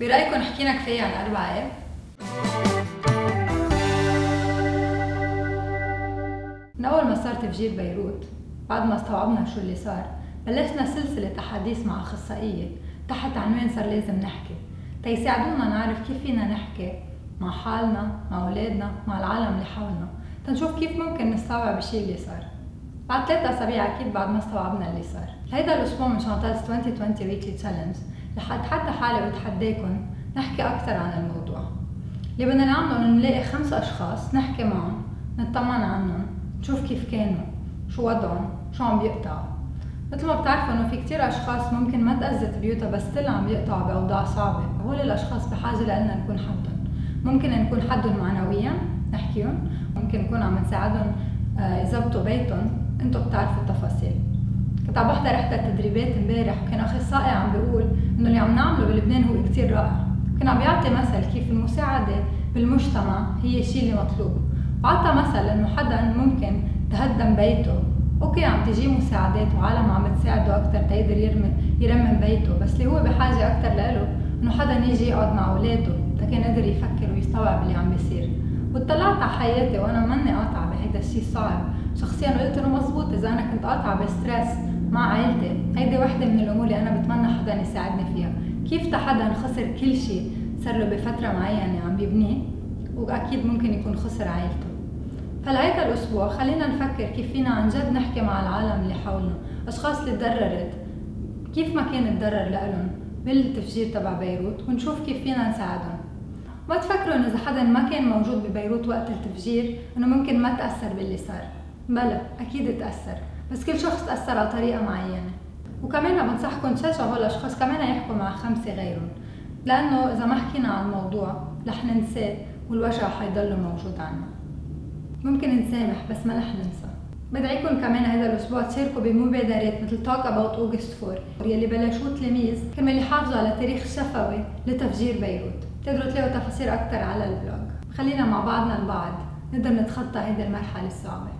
برأيكم حكينا كفاية عن 4 آب؟ من أول ما صار تفجير بيروت، بعد ما استوعبنا شو اللي صار، بلشنا سلسلة أحاديث مع أخصائية تحت عنوان صار لازم نحكي، تيساعدونا نعرف كيف فينا نحكي مع حالنا، مع أولادنا، مع العالم اللي حولنا، تنشوف كيف ممكن نستوعب الشي اللي صار. بعد 3 أسابيع أكيد بعد ما استوعبنا اللي صار. هيدا الأسبوع من شانتالز 2020 ويكلي تشالنج رح أتحدى حالي وأتحداكم نحكي أكتر عن الموضوع. اللي بدنا نعمله إنه نلاقي 5 أشخاص نحكي معهم، نطمن عنهم، نشوف كيف كانوا، شو وضعهم، شو عم بيقطعوا. مثل ما بتعرفوا إنه في كتير أشخاص ممكن ما تأذت بيوتها بس still عم بيقطعوا بأوضاع صعبة، هول الأشخاص بحاجة لنا نكون حدهم. ممكن نكون حدهم معنويا نحكيهم، ممكن نكون عم نساعدهم يزبطوا بيتهم. انتو بتعرفوا التفاصيل. كنت عم بحضر احدى التدريبات امبارح وكان اخصائي عم بيقول انه اللي عم نعمله بلبنان هو كتير رائع. كان عم بيعطي مثل كيف المساعدة بالمجتمع هي الشيء اللي مطلوب، وعطى مثل انه حدا ممكن تهدم بيته، اوكي عم تجي مساعدات وعالم عم تساعده اكتر تقدر يرمم بيته، بس اللي هو بحاجة اكتر له انه حدا يجي يقعد مع اولاده لكن قدر يفكر ويستوعب اللي عم بيصير. وطلعت على حياتي وانا ماني قاطعة بهيدا الشيء الصعب شخصيا، وقلت انه مزبوط اذا انا كنت قاطعة بستريس مع عائلتي، هيدي وحده من الامور اللي انا بتمنى حدا يساعدني فيها. كيف حدا خسر كل شيء صار له بفتره معينه عم بيبنيه، واكيد ممكن يكون خسر عائلته. فلهيدا الاسبوع خلينا نفكر كيف فينا عن جد نحكي مع العالم اللي حولنا، اشخاص اللي تضررت كيف ما كان الضرر لهم بالتفجير تبع بيروت، ونشوف كيف فينا نساعدهم. ما تفكروا انه اذا حدا ما كان موجود ببيروت وقت التفجير انه ممكن ما تاثر باللي صار. بلا اكيد تاثر، بس كل شخص تاثر على طريقه معينه. وكمان بنصحكم تشجعوا هول الاشخاص كمان يحكوا مع 5 غيرهم، لانه اذا ما حكينا عن الموضوع رح ننساه والوجع حيضل موجود عنا. ممكن نسامح بس ما رح ننسى. بدعيكم كمان هذا الاسبوع تشاركوا بمبادرات مثل توك اباوت اوغست 4 يلي بلشوا تلاميذ كرمال يحافظوا على تاريخ شفوي لتفجير بيروت. بتقدروا تلاقوا تفاصيل اكثر على البلوج. خلينا مع بعضنا البعض نقدر نتخطى هيدي المرحله الصعبه.